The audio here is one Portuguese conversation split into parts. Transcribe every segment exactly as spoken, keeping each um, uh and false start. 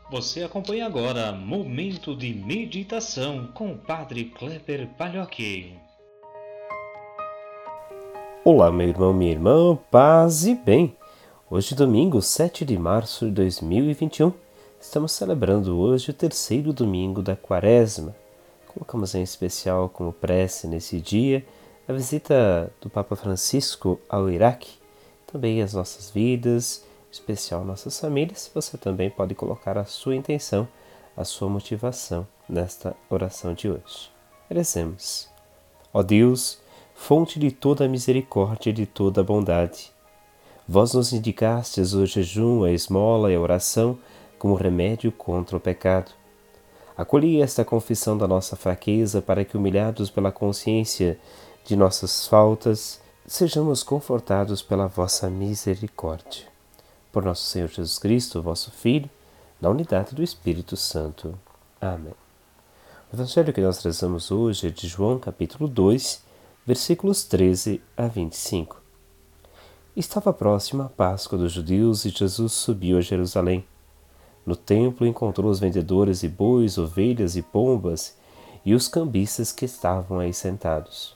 Você acompanha agora Momento de Meditação com o Padre Kleber Palhoque. Olá, meu irmão, minha irmã, paz e bem! Hoje, domingo, sete de março de dois mil e vinte e um, estamos celebrando hoje o terceiro domingo da Quaresma. Colocamos em especial como prece nesse dia a visita do Papa Francisco ao Iraque, também as nossas vidas, em especial nossas famílias. Você também pode colocar a sua intenção, a sua motivação nesta oração de hoje. Merecemos. Ó Deus, fonte de toda a misericórdia e de toda a bondade, vós nos indicastes o jejum, a esmola e a oração como remédio contra o pecado. Acolhi esta confissão da nossa fraqueza para que, humilhados pela consciência de nossas faltas, sejamos confortados pela vossa misericórdia. Por nosso Senhor Jesus Cristo, vosso Filho, na unidade do Espírito Santo. Amém. O evangelho que nós rezamos hoje é de João, capítulo dois, versículos treze a vinte e cinco. Estava próxima a Páscoa dos judeus e Jesus subiu a Jerusalém. No templo encontrou os vendedores de bois, ovelhas e pombas e os cambistas que estavam aí sentados.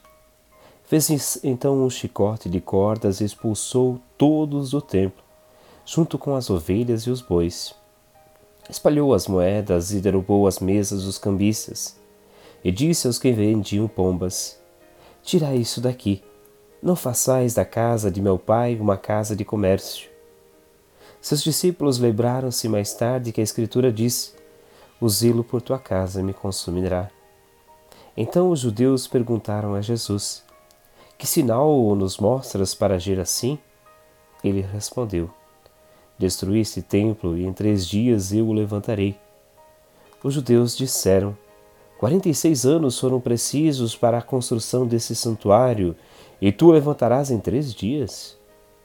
Fez então um chicote de cordas e expulsou todos do templo, junto com as ovelhas e os bois. Espalhou as moedas e derrubou as mesas dos cambistas. E disse aos que vendiam pombas: Tirai isso daqui, não façais da casa de meu pai uma casa de comércio. Seus discípulos lembraram-se mais tarde que a Escritura diz: O zelo por tua casa me consumirá. Então os judeus perguntaram a Jesus: Que sinal nos mostras para agir assim? Ele respondeu: Destruí este templo e em três dias eu o levantarei. Os judeus disseram: Quarenta e seis anos foram precisos para a construção desse santuário, e tu o levantarás em três dias?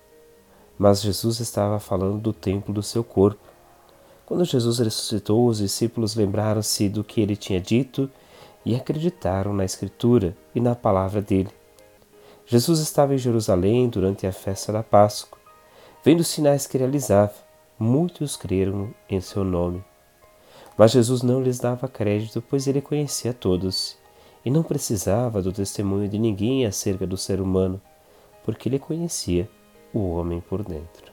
Mas Jesus estava falando do templo do seu corpo. Quando Jesus ressuscitou, os discípulos lembraram-se do que ele tinha dito e acreditaram na Escritura e na palavra dele. Jesus estava em Jerusalém durante a festa da Páscoa. Vendo os sinais que realizava, muitos creram em seu nome. Mas Jesus não lhes dava crédito, pois ele conhecia todos, e não precisava do testemunho de ninguém acerca do ser humano, porque ele conhecia o homem por dentro.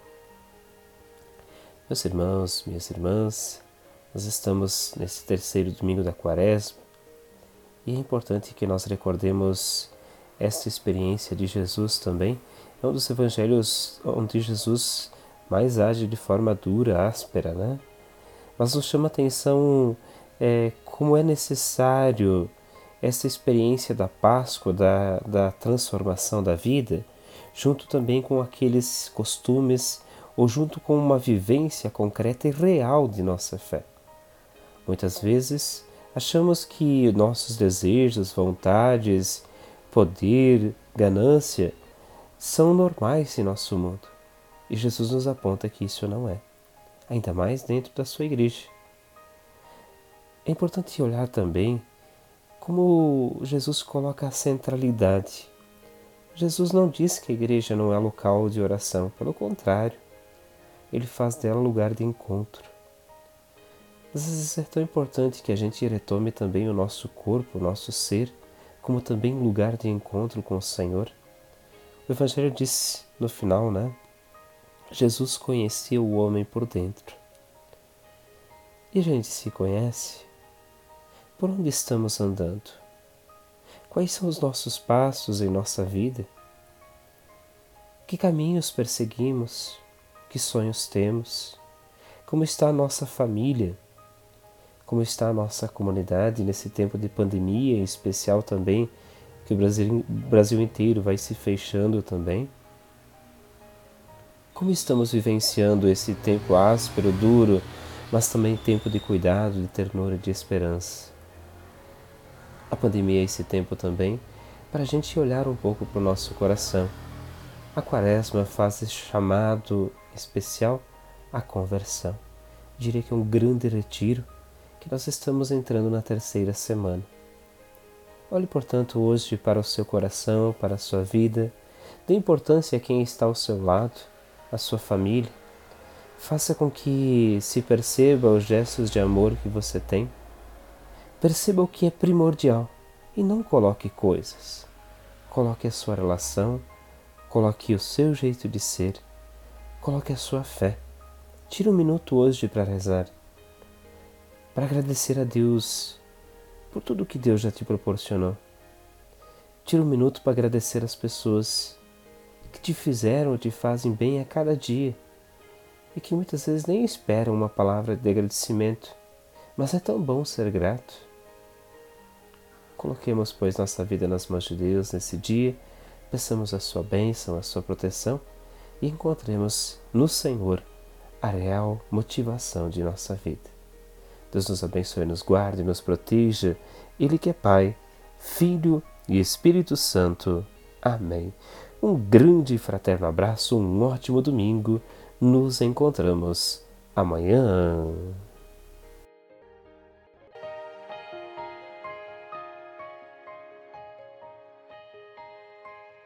Meus irmãos, minhas irmãs, nós estamos nesse terceiro domingo da Quaresma, e é importante que nós recordemos esta experiência de Jesus também. É um dos evangelhos onde Jesus mais age de forma dura, áspera, né? Mas nos chama a atenção é, como é necessário essa experiência da Páscoa, da, da transformação da vida, junto também com aqueles costumes ou junto com uma vivência concreta e real de nossa fé. Muitas vezes achamos que nossos desejos, vontades, poder, ganância são normais em nosso mundo. E Jesus nos aponta que isso não é, ainda mais dentro da sua igreja. É importante olhar também como Jesus coloca a centralidade. Jesus não diz que a igreja não é local de oração, pelo contrário, ele faz dela lugar de encontro. Às vezes é tão importante que a gente retome também o nosso corpo, o nosso ser, como também lugar de encontro com o Senhor. O Evangelho diz no final, né? Jesus conhecia o homem por dentro. E a gente se conhece? Por onde estamos andando? Quais são os nossos passos em nossa vida? Que caminhos perseguimos? Que sonhos temos? Como está a nossa família? Como está a nossa comunidade nesse tempo de pandemia, em especial também que o Brasil, o Brasil inteiro vai se fechando também? Como estamos vivenciando esse tempo áspero, duro, mas também tempo de cuidado, de ternura e de esperança? A pandemia é esse tempo também para a gente olhar um pouco para o nosso coração. A Quaresma faz esse chamado especial à conversão. Diria que é um grande retiro que nós estamos entrando na terceira semana. Olhe, portanto, hoje para o seu coração, para a sua vida. Dê importância a quem está ao seu lado, a sua família. Faça com que se perceba os gestos de amor que você tem. Perceba o que é primordial e não coloque coisas. Coloque a sua relação, coloque o seu jeito de ser, coloque a sua fé. Tire um minuto hoje para rezar, para agradecer a Deus por tudo que Deus já te proporcionou. Tire um minuto para agradecer as pessoas que te fizeram ou te fazem bem a cada dia e que muitas vezes nem esperam uma palavra de agradecimento, mas é tão bom ser grato. Coloquemos, pois, nossa vida nas mãos de Deus nesse dia, peçamos a sua bênção, a sua proteção e encontremos no Senhor a real motivação de nossa vida. Deus nos abençoe, nos guarde, nos proteja. Ele que é Pai, Filho e Espírito Santo. Amém. Um grande e fraterno abraço, um ótimo domingo. Nos encontramos amanhã.